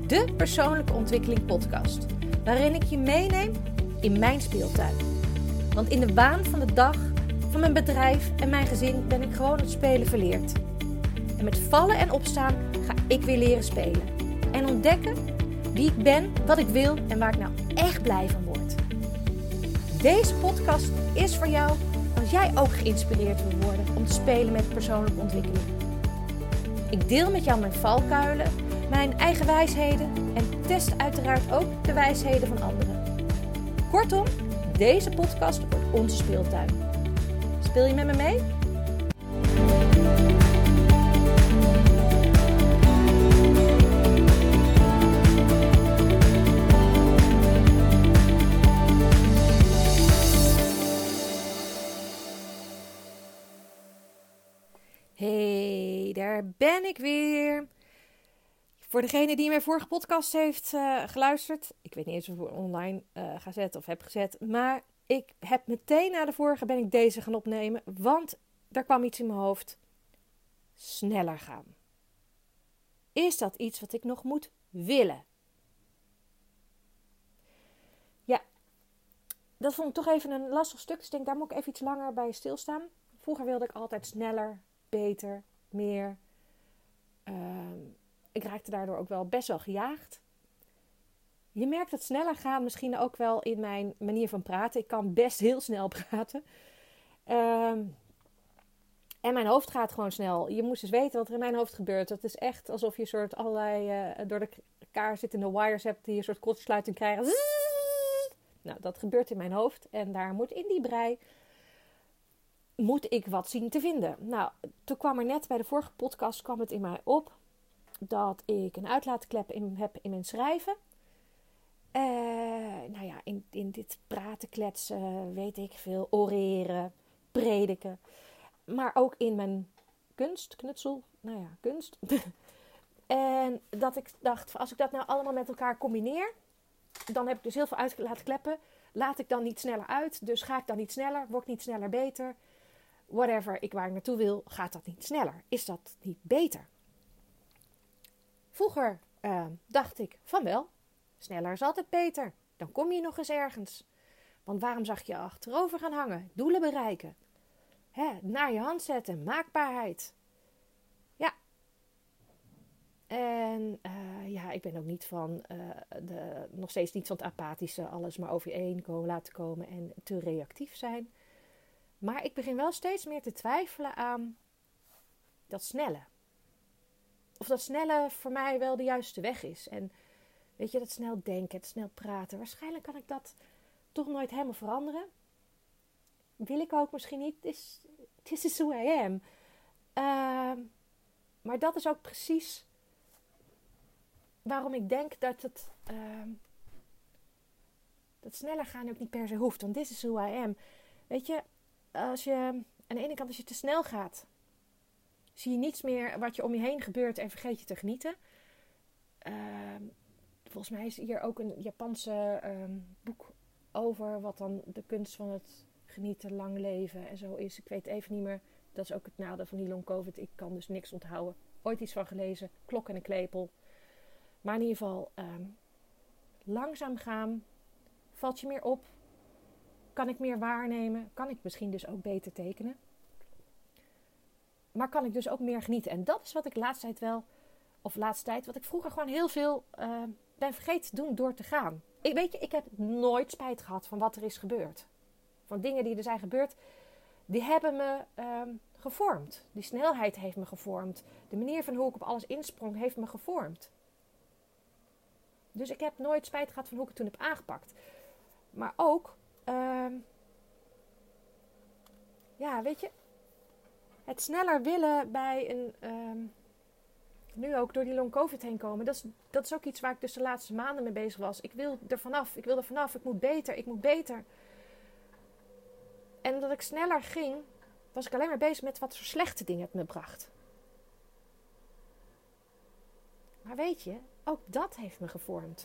de persoonlijke ontwikkeling podcast, waarin ik je meeneem in mijn speeltuin. Want in de waan van de dag, van mijn bedrijf en mijn gezin ben ik gewoon het spelen verleerd. En met vallen en opstaan ga ik weer leren spelen. En ontdekken wie ik ben, wat ik wil en waar ik nou echt blij van word. Deze podcast is voor jou als jij ook geïnspireerd wil worden om te spelen met persoonlijke ontwikkeling. Ik deel met jou mijn valkuilen, mijn eigen wijsheden en test uiteraard ook de wijsheden van anderen. Kortom, deze podcast wordt onze speeltuin. Speel je met me mee? Hey, daar ben ik weer. Voor degene die mijn vorige podcast heeft geluisterd. Ik weet niet eens of ik online ga zetten of heb gezet. Maar ik heb meteen na de vorige ben ik deze gaan opnemen. Want daar kwam iets in mijn hoofd. Sneller gaan. Is dat iets wat ik nog moet willen? Ja, dat vond ik toch even een lastig stuk. Dus ik denk, daar moet ik even iets langer bij stilstaan. Vroeger wilde ik altijd sneller, beter, meer. Ik raakte daardoor ook wel best wel gejaagd. Je merkt het sneller gaan misschien ook wel in mijn manier van praten. Ik kan best heel snel praten. En mijn hoofd gaat gewoon snel. Je moest eens weten wat er in mijn hoofd gebeurt. Het is echt alsof je soort allerlei door de elkaar zittende wires hebt die een soort kortsluiting krijgen. Nou, dat gebeurt in mijn hoofd. En daar moet in die brei moet ik wat zien te vinden. Nou, toen kwam er net bij de vorige podcast kwam het in mij op dat ik een uitlaatklep heb in mijn schrijven. Nou ja, in dit praten, kletsen, weet ik veel, oreren, prediken. Maar ook in mijn kunst. En dat ik dacht, als ik dat nou allemaal met elkaar combineer, dan heb ik dus heel veel uitlaatkleppen. Laat ik dan niet sneller uit, dus ga ik dan niet sneller, word ik niet sneller beter. Whatever, waar ik naartoe wil, gaat dat niet sneller? Is dat niet beter? Vroeger dacht ik van wel, sneller is altijd beter. Dan kom je nog eens ergens. Want waarom zag je achterover gaan hangen? Doelen bereiken. Naar je hand zetten, maakbaarheid. Ja. En ik ben ook niet van nog steeds niet van het apathische, alles maar over je heen laten komen en te reactief zijn. Maar ik begin wel steeds meer te twijfelen aan dat snelle. Of dat snelle voor mij wel de juiste weg is. En weet je, dat snel denken, het snel praten. Waarschijnlijk kan ik dat toch nooit helemaal veranderen. Wil ik ook misschien niet. This is who I am. Maar dat is ook precies waarom ik denk dat het dat sneller gaan ook niet per se hoeft. Want this is who I am. Weet je, aan de ene kant als je te snel gaat, zie je niets meer wat je om je heen gebeurt en vergeet je te genieten. Volgens mij is hier ook een Japanse boek over wat dan de kunst van het genieten, lang leven en zo is. Ik weet even niet meer. Dat is ook het nadeel van die long covid. Ik kan dus niks onthouden. Ooit iets van gelezen. Klok en een klepel. Maar in ieder geval langzaam gaan. Valt je meer op. Kan ik meer waarnemen? Kan ik misschien dus ook beter tekenen? Maar kan ik dus ook meer genieten? En dat is wat ik laatste tijd, wat ik vroeger gewoon heel veel ben vergeten te doen door te gaan. Ik heb nooit spijt gehad van wat er is gebeurd. Van dingen die er zijn gebeurd, die hebben me gevormd. Die snelheid heeft me gevormd. De manier van hoe ik op alles insprong heeft me gevormd. Dus ik heb nooit spijt gehad van hoe ik het toen heb aangepakt. Maar ook, weet je, het sneller willen bij een, nu ook door die long covid heen komen. Dat is ook iets waar ik dus de laatste maanden mee bezig was. Ik wil er vanaf, ik moet beter. En omdat ik sneller ging, was ik alleen maar bezig met wat voor slechte dingen het me bracht. Maar weet je, ook dat heeft me gevormd.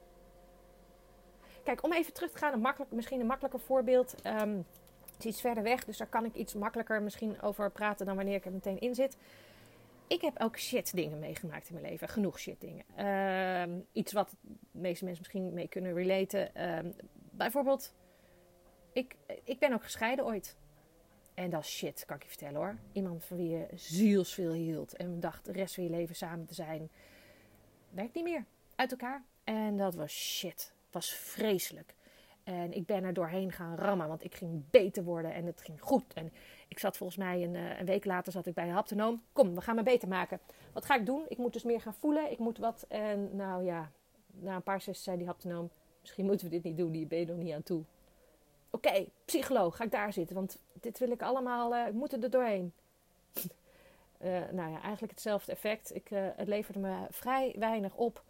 Kijk, om even terug te gaan, misschien een makkelijker voorbeeld. Het is iets verder weg, dus daar kan ik iets makkelijker misschien over praten dan wanneer ik er meteen in zit. ik heb ook shit dingen meegemaakt in mijn leven. Genoeg shit dingen. Iets wat de meeste mensen misschien mee kunnen relaten. Bijvoorbeeld, ik ben ook gescheiden ooit. En dat is shit, kan ik je vertellen hoor. Iemand van wie je zielsveel hield. En dacht de rest van je leven samen te zijn. Werkt niet meer. Uit elkaar. En dat was shit. Het was vreselijk. En ik ben er doorheen gaan rammen. Want ik ging beter worden. En het ging goed. En ik zat volgens mij een week later zat ik bij de haptonoom. Kom, we gaan me beter maken. Wat ga ik doen? Ik moet dus meer gaan voelen. Ik moet wat. En nou ja, na een paar sessies zei die haptonoom. Misschien moeten we dit niet doen. Die ben je nog niet aan toe. Oké, psycholoog, ga ik daar zitten. Want dit wil ik allemaal, ik moet er doorheen. Nou ja, eigenlijk hetzelfde effect. Het leverde me vrij weinig op.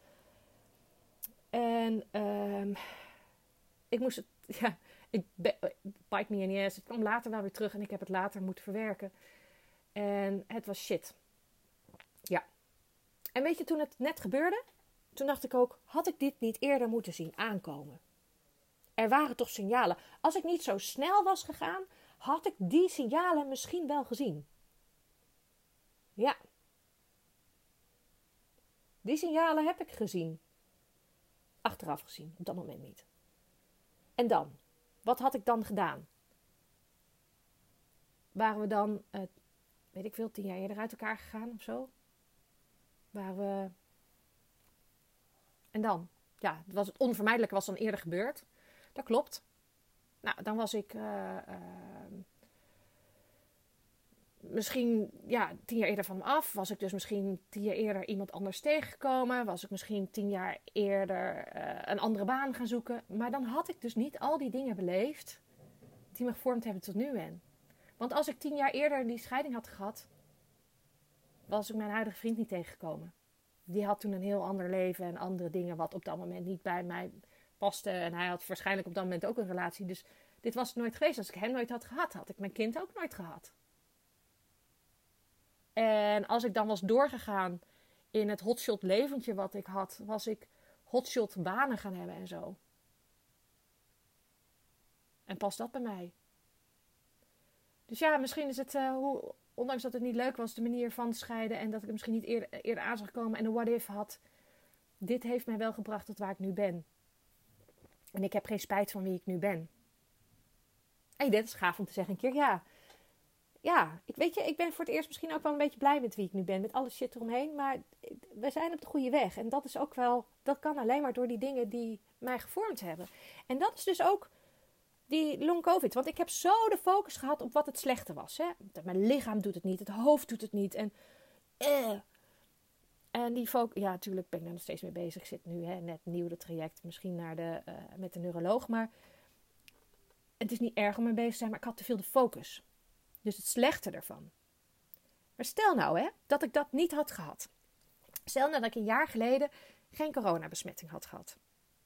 En ik moest het, ja, bite me in the ass. Het kwam later wel weer terug en ik heb het later moeten verwerken. En het was shit. Ja. En weet je, toen het net gebeurde, toen dacht ik ook, had ik dit niet eerder moeten zien aankomen? Er waren toch signalen. Als ik niet zo snel was gegaan, had ik die signalen misschien wel gezien. Ja. Die signalen heb ik gezien. Achteraf gezien, op dat moment niet. En dan? Wat had ik dan gedaan? Waren we dan, weet ik veel, 10 jaar eerder uit elkaar gegaan of zo? Waren we... En dan? Ja, het onvermijdelijke was dan eerder gebeurd. Dat klopt. Nou, dan was ik misschien 10 jaar eerder van hem af. Was ik dus misschien 10 jaar eerder iemand anders tegengekomen. Was ik misschien 10 jaar eerder een andere baan gaan zoeken. Maar dan had ik dus niet al die dingen beleefd die me gevormd hebben tot nu en. Want als ik 10 jaar eerder die scheiding had gehad, was ik mijn huidige vriend niet tegengekomen. Die had toen een heel ander leven en andere dingen wat op dat moment niet bij mij paste. En hij had waarschijnlijk op dat moment ook een relatie. Dus dit was het nooit geweest. Als ik hem nooit had gehad, had ik mijn kind ook nooit gehad. En als ik dan was doorgegaan in het hotshot leventje wat ik had, was ik hotshot banen gaan hebben en zo. En past dat bij mij? Dus ja, misschien is het, ondanks dat het niet leuk was, de manier van scheiden en dat ik het misschien niet eerder aan zag komen en een what if had. Dit heeft mij wel gebracht tot waar ik nu ben. En ik heb geen spijt van wie ik nu ben. En dit is gaaf om te zeggen een keer, ja, ik ben voor het eerst misschien ook wel een beetje blij met wie ik nu ben. Met alle shit eromheen. Maar we zijn op de goede weg. En dat is ook wel, dat kan alleen maar door die dingen die mij gevormd hebben. En dat is dus ook die long covid. Want ik heb zo de focus gehad op wat het slechte was. Hè? Mijn lichaam doet het niet. Het hoofd doet het niet. En die focus, ja, natuurlijk ben ik daar nog steeds mee bezig. Ik zit nu net nieuw de traject. Misschien met de neuroloog. Maar het is niet erg om mee bezig te zijn. Maar ik had te veel de focus. Dus het slechte ervan. Maar stel nou dat ik dat niet had gehad. Stel nou dat ik een jaar geleden geen coronabesmetting had gehad.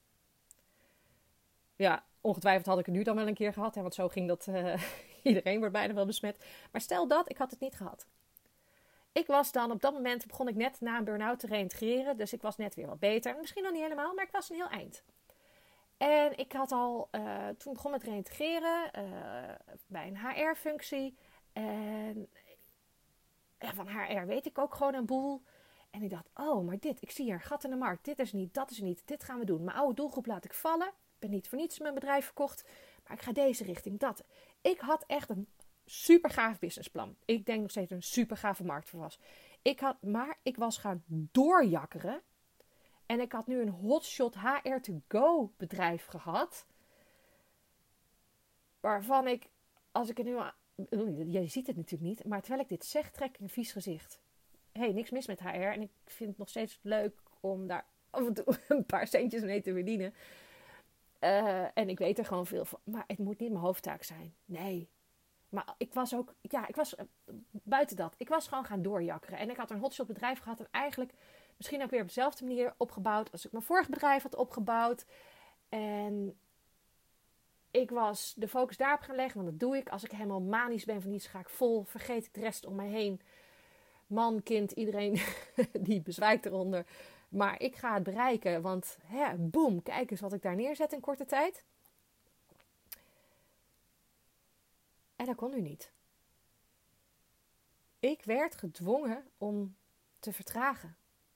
Ja, ongetwijfeld had ik het nu dan wel een keer gehad. Want zo ging dat. Iedereen wordt bijna wel besmet. Maar stel dat, ik had het niet gehad. Ik was dan, op dat moment begon ik net na een burn-out te reïntegreren. Dus ik was net weer wat beter. Misschien nog niet helemaal, maar ik was een heel eind. En ik had al, toen begon met reïntegreren bij een HR-functie. En van HR weet ik ook gewoon een boel. En ik dacht, oh, maar ik zie hier een gat in de markt. Dit is niet, dat is niet, dit gaan we doen. Mijn oude doelgroep laat ik vallen. Ik ben niet voor niets mijn bedrijf verkocht. Maar ik ga deze richting, dat. Ik had echt een super gaaf businessplan. Ik denk nog steeds een super gave markt voor was. Ik was gaan doorjakkeren. En ik had nu een hotshot HR-to-go bedrijf gehad. Waarvan ik, als ik het nu... Je ziet het natuurlijk niet. Maar terwijl ik dit zeg, trek ik een vies gezicht. Niks mis met HR. En ik vind het nog steeds leuk om daar af en toe een paar centjes mee te verdienen. En ik weet er gewoon veel van. Maar het moet niet mijn hoofdtaak zijn. Nee. Maar ik was ook... Ja, ik was buiten dat. Ik was gewoon gaan doorjakkeren. En ik had een hotshot bedrijf gehad. En eigenlijk misschien ook weer op dezelfde manier opgebouwd als ik mijn vorige bedrijf had opgebouwd. En ik was de focus daarop gaan leggen. Want dat doe ik. Als ik helemaal manisch ben van iets, ga ik vol. Vergeet ik de rest om mij heen. Man, kind, iedereen die bezwijkt eronder. Maar ik ga het bereiken. Want boem, kijk eens wat ik daar neerzet in korte tijd. En dat kon nu niet. Ik werd gedwongen om te vertragen.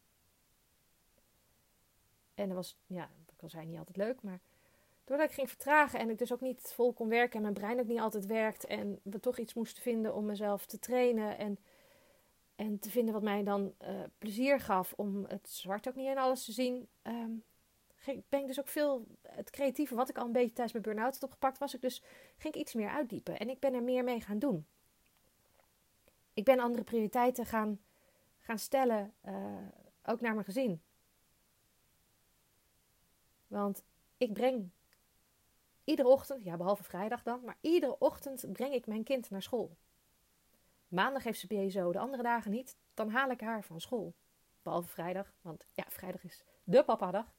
En dat was, ja, ik al zei, niet altijd leuk, maar doordat ik ging vertragen en ik dus ook niet vol kon werken en mijn brein ook niet altijd werkt en we toch iets moesten vinden om mezelf te trainen en te vinden wat mij dan plezier gaf om het zwart ook niet in alles te zien, ben ik dus ook veel het creatieve wat ik al een beetje tijdens mijn burn-out had opgepakt, ging ik iets meer uitdiepen en ik ben er meer mee gaan doen. Ik ben andere prioriteiten gaan stellen, ook naar mijn gezin. Want ik breng iedere ochtend, ja behalve vrijdag dan, maar iedere ochtend breng ik mijn kind naar school. Maandag heeft ze BSO, de andere dagen niet. Dan haal ik haar van school. Behalve vrijdag, want ja, vrijdag is de papadag.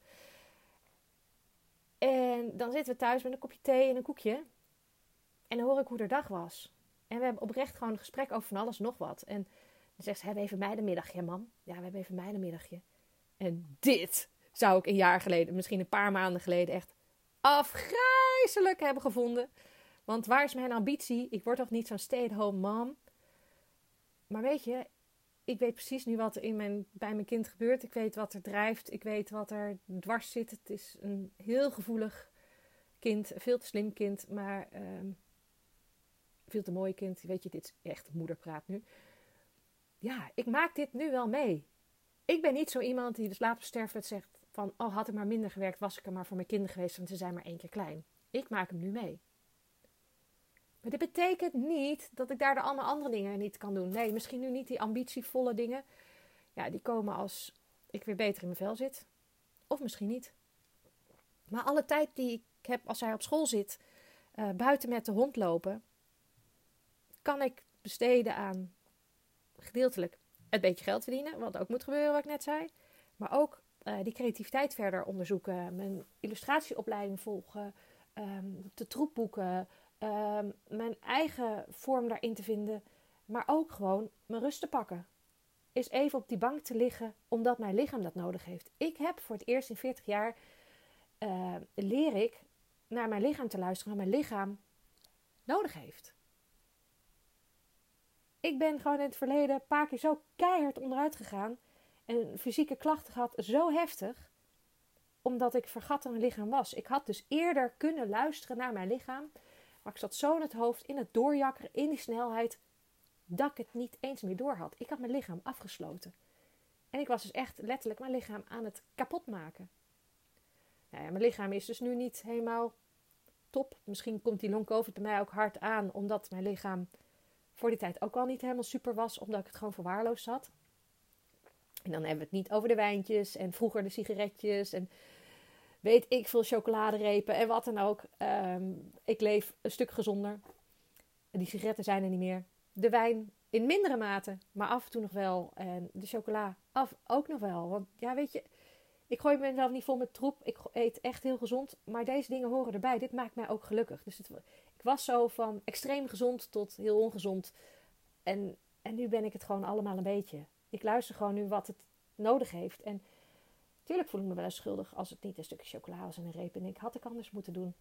En dan zitten we thuis met een kopje thee en een koekje. En dan hoor ik hoe de dag was. En we hebben oprecht gewoon een gesprek over van alles en nog wat. En dan zegt ze, hebben we even meidenmiddagje, mam? Ja, we hebben even meidenmiddagje. En dit zou ik een jaar geleden, misschien een paar maanden geleden, echt afgrijzelijk hebben gevonden. Want waar is mijn ambitie? Ik word toch niet zo'n stay-at-home mom? Maar weet je, ik weet precies nu wat er bij mijn kind gebeurt. Ik weet wat er drijft. Ik weet wat er dwars zit. Het is een heel gevoelig kind. Een veel te slim kind. Maar veel te mooi kind. Weet je, dit is echt moederpraat nu. Ja, ik maak dit nu wel mee. Ik ben niet zo iemand die dus later op sterfbed zegt van, oh, had ik maar minder gewerkt, was ik er maar voor mijn kinderen geweest, want ze zijn maar 1 keer klein. Ik maak hem nu mee. Maar dit betekent niet dat ik daar de allemaal andere dingen niet kan doen. Nee, misschien nu niet die ambitievolle dingen. Ja, die komen als ik weer beter in mijn vel zit. Of misschien niet. Maar alle tijd die ik heb als hij op school zit, buiten met de hond lopen, kan ik besteden aan gedeeltelijk het beetje geld verdienen. Wat ook moet gebeuren, wat ik net zei. Maar ook die creativiteit verder onderzoeken. Mijn illustratieopleiding volgen. De troepboeken. Mijn eigen vorm daarin te vinden. Maar ook gewoon mijn rust te pakken. Is even op die bank te liggen, omdat mijn lichaam dat nodig heeft. Ik heb voor het eerst in 40 jaar leer ik naar mijn lichaam te luisteren. Wat mijn lichaam nodig heeft. Ik ben gewoon in het verleden een paar keer zo keihard onderuit gegaan. En fysieke klachten gehad, zo heftig. Omdat ik vergat dat mijn lichaam was. Ik had dus eerder kunnen luisteren naar mijn lichaam. Maar ik zat zo in het hoofd, in het doorjakkeren, in die snelheid, dat ik het niet eens meer door had. Ik had mijn lichaam afgesloten. En ik was dus echt letterlijk mijn lichaam aan het kapot maken. Nou ja, mijn lichaam is dus nu niet helemaal top. Misschien komt die long covid bij mij ook hard aan, omdat mijn lichaam voor die tijd ook al niet helemaal super was, omdat ik het gewoon verwaarloosd had. En dan hebben we het niet over de wijntjes en vroeger de sigaretjes en weet ik veel chocoladerepen en wat dan ook. Ik leef een stuk gezonder. Die sigaretten zijn er niet meer. De wijn in mindere mate, maar af en toe nog wel. En de chocola ook nog wel. Want ja, weet je, ik gooi mezelf niet vol met troep. Ik eet echt heel gezond. Maar deze dingen horen erbij. Dit maakt mij ook gelukkig. Dus ik was zo van extreem gezond tot heel ongezond. En nu ben ik het gewoon allemaal een beetje. Ik luister gewoon nu wat het nodig heeft. En natuurlijk voel ik me wel eens schuldig als het niet een stukje chocola was en een reep. En ik had ik anders moeten doen.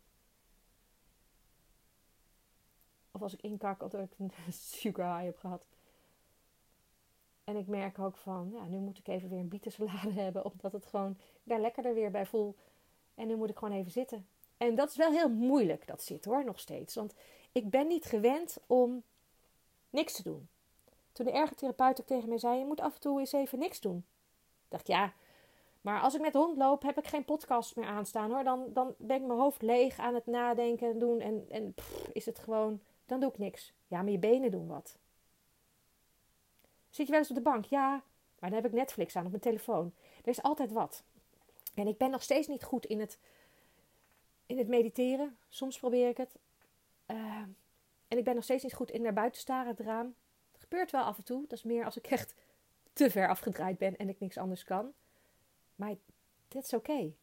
Of als ik inkak omdat ik een sugar high heb gehad. En ik merk ook van, ja, nu moet ik even weer een bietensalade hebben. Omdat het gewoon daar lekkerder weer bij voel. En nu moet ik gewoon even zitten. En dat is wel heel moeilijk, dat zit hoor, nog steeds. Want ik ben niet gewend om niks te doen. Toen de ergotherapeut ook tegen mij zei, je moet af en toe eens even niks doen. Ik dacht, ja, maar als ik met de hond loop, heb ik geen podcast meer aanstaan hoor. Dan ben ik mijn hoofd leeg aan het nadenken en doen. En is het gewoon, dan doe ik niks. Ja, maar je benen doen wat. Zit je wel eens op de bank? Ja, maar dan heb ik Netflix aan op mijn telefoon. Er is altijd wat. En ik ben nog steeds niet goed in het mediteren. Soms probeer ik het. En ik ben nog steeds niet goed in naar buiten staren, het raam. Het gebeurt wel af en toe. Dat is meer als ik echt te ver afgedraaid ben en ik niks anders kan. Maar dit is oké.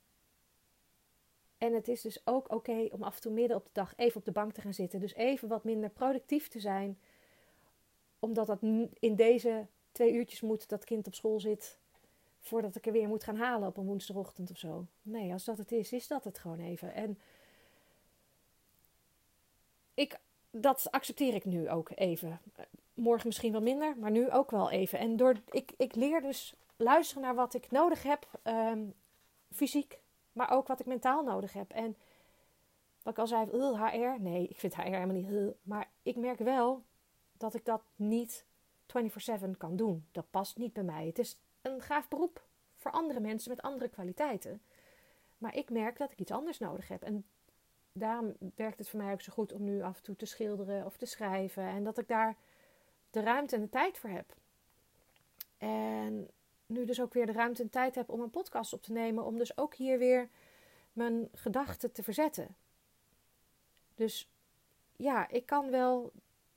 En het is dus ook oké om af en toe midden op de dag even op de bank te gaan zitten. Dus even wat minder productief te zijn. Omdat dat in deze 2 uurtjes moet dat kind op school zit. Voordat ik er weer moet gaan halen op een woensdagochtend of zo. Nee, als dat het is dat het gewoon even. En dat accepteer ik nu ook even. morgen misschien wel minder, maar nu ook wel even. En ik leer dus luisteren naar wat ik nodig heb, fysiek, maar ook wat ik mentaal nodig heb. En wat ik al zei, HR, nee, ik vind HR helemaal niet, maar ik merk wel dat ik dat niet 24/7 kan doen. Dat past niet bij mij. Het is een gaaf beroep voor andere mensen met andere kwaliteiten. Maar ik merk dat ik iets anders nodig heb. En daarom werkt het voor mij ook zo goed om nu af en toe te schilderen of te schrijven. En dat ik daar de ruimte en de tijd voor heb. En nu dus ook weer de ruimte en tijd heb om een podcast op te nemen. Om dus ook hier weer mijn gedachten te verzetten. Dus ja, ik kan wel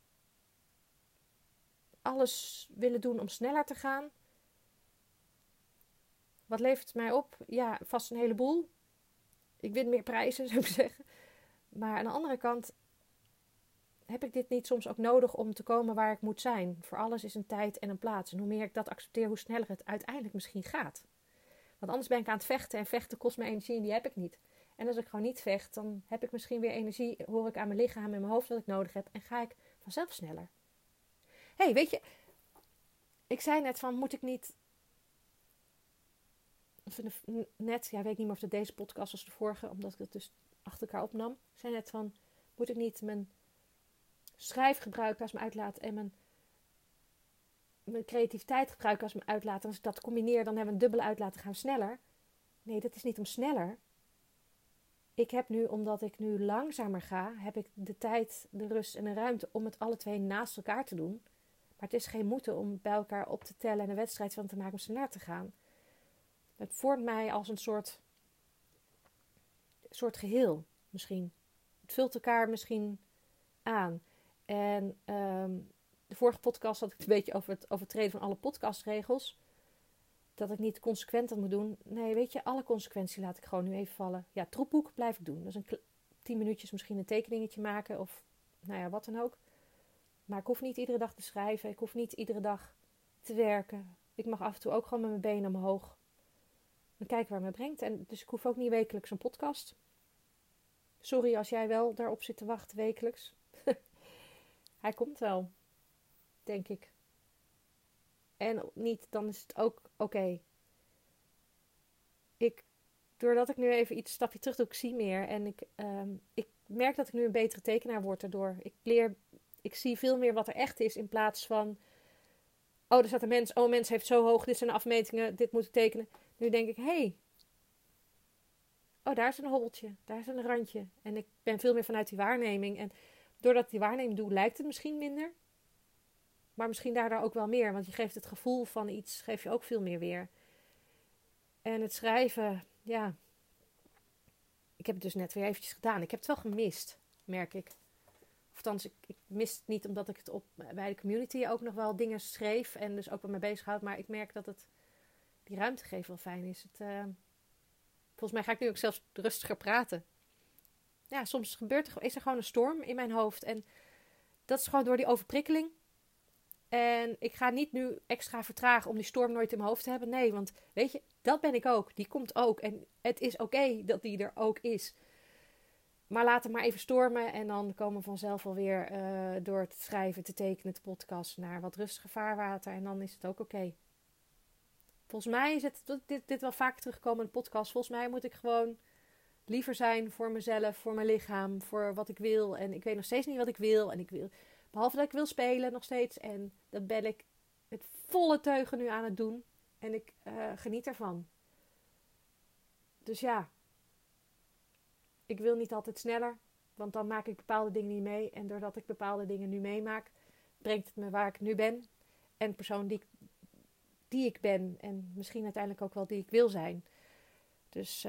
alles willen doen om sneller te gaan. Wat levert het mij op? Ja, vast een heleboel. Ik win meer prijzen, zou ik zeggen. Maar aan de andere kant heb ik dit niet soms ook nodig om te komen waar ik moet zijn. Voor alles is een tijd en een plaats. En hoe meer ik dat accepteer, hoe sneller het uiteindelijk misschien gaat. Want anders ben ik aan het vechten en vechten kost me energie en die heb ik niet. En als ik gewoon niet vecht, dan heb ik misschien weer energie, hoor ik aan mijn lichaam en mijn hoofd wat ik nodig heb en ga ik vanzelf sneller. Hé, weet je, ik zei net van, moet ik niet... Net, ja, weet ik niet meer of het deze podcast was de vorige, omdat ik het dus achter elkaar opnam. Ik zei net van, moet ik niet mijn schrijf gebruiken als mijn uitlaat en mijn creativiteit gebruiken als mijn uitlaat. En als ik dat combineer, dan hebben we een dubbele uitlaat en gaan we sneller. Nee, dat is niet om sneller. Ik heb nu, omdat ik nu langzamer ga, heb ik de tijd, de rust en de ruimte om het alle twee naast elkaar te doen. Maar het is geen moeten om bij elkaar op te tellen en een wedstrijd van te maken om sneller te gaan. Het vormt mij als een soort geheel misschien. Het vult elkaar misschien aan. En de vorige podcast had ik het een beetje over het overtreden van alle podcastregels. Dat ik niet consequent dat moet doen. Nee, weet je, alle consequentie laat ik gewoon nu even vallen. Ja, troepboek blijf ik doen. Dat is 10 minuutjes misschien een tekeningetje maken of nou ja, wat dan ook. Maar ik hoef niet iedere dag te schrijven. Ik hoef niet iedere dag te werken. Ik mag af en toe ook gewoon met mijn benen omhoog. Dan kijken waar het me brengt. En dus ik hoef ook niet wekelijks een podcast. Sorry als jij wel daarop zit te wachten wekelijks. Hij komt wel, denk ik. En niet, dan is het ook oké. Doordat ik nu even iets stapje terug doe, ik zie meer. En ik merk dat ik nu een betere tekenaar word daardoor. Ik zie veel meer wat er echt is in plaats van... Oh, er staat een mens. Oh, een mens heeft zo hoog. Dit zijn de afmetingen. Dit moet ik tekenen. Nu denk ik, hey. Oh, daar is een hobbeltje. Daar is een randje. En ik ben veel meer vanuit die waarneming. En doordat ik die waarneming doe, lijkt het misschien minder. Maar misschien daardoor ook wel meer. Want je geeft het gevoel van iets, geef je ook veel meer weer. En het schrijven, ja. Ik heb het dus net weer eventjes gedaan. Ik heb het wel gemist, merk ik. Of althans, ik mis het niet omdat ik het bij de community ook nog wel dingen schreef. En dus ook met me bezighoud. Maar ik merk dat het die ruimte geven wel fijn is. Volgens mij ga ik nu ook zelfs rustiger praten. Ja, soms is er gewoon een storm in mijn hoofd. En dat is gewoon door die overprikkeling. En ik ga niet nu extra vertragen om die storm nooit in mijn hoofd te hebben. Nee, want weet je, dat ben ik ook. Die komt ook. En het is oké dat die er ook is. Maar laat het maar even stormen. En dan komen we vanzelf alweer door te schrijven, te tekenen, te podcasten naar wat rustiger vaarwater. En dan is het ook oké. Volgens mij is dit wel vaak teruggekomen in de podcast. Volgens mij moet ik gewoon liever zijn voor mezelf, voor mijn lichaam, voor wat ik wil. En ik weet nog steeds niet wat ik wil. Behalve dat ik wil spelen nog steeds. En dat ben ik met volle teugen nu aan het doen. En ik geniet ervan. Dus ja. Ik wil niet altijd sneller. Want dan maak ik bepaalde dingen niet mee. En doordat ik bepaalde dingen nu meemaak, brengt het me waar ik nu ben. En de persoon die ik ben. En misschien uiteindelijk ook wel die ik wil zijn. Dus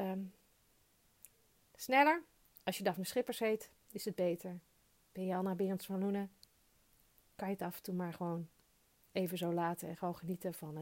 sneller. Als je Daphne Schippers heet, is het beter. Ben je Anna Berends van Loenen, kan je het af en toe maar gewoon even zo laten. En gewoon genieten van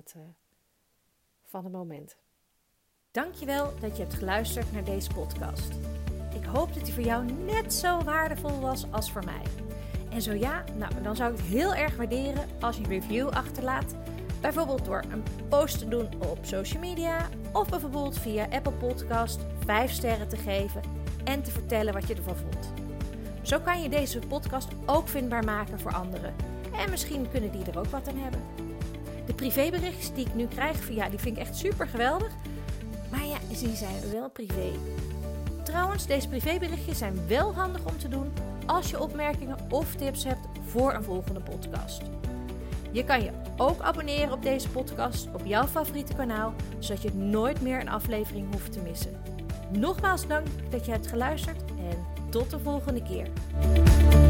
het moment. Dankjewel dat je hebt geluisterd naar deze podcast. Ik hoop dat die voor jou net zo waardevol was als voor mij. En zo ja, dan zou ik het heel erg waarderen als je een review achterlaat. Bijvoorbeeld door een post te doen op social media. Of bijvoorbeeld via Apple Podcast 5 sterren te geven. En te vertellen wat je ervan vond. Zo kan je deze podcast ook vindbaar maken voor anderen. En misschien kunnen die er ook wat aan hebben. De privéberichtjes die ik nu krijg, die vind ik echt super geweldig. Maar ja, die zijn wel privé. Trouwens, deze privéberichtjes zijn wel handig om te doen als je opmerkingen of tips hebt voor een volgende podcast. Je kan je ook abonneren op deze podcast op jouw favoriete kanaal, zodat je nooit meer een aflevering hoeft te missen. Nogmaals dank dat je hebt geluisterd en tot de volgende keer.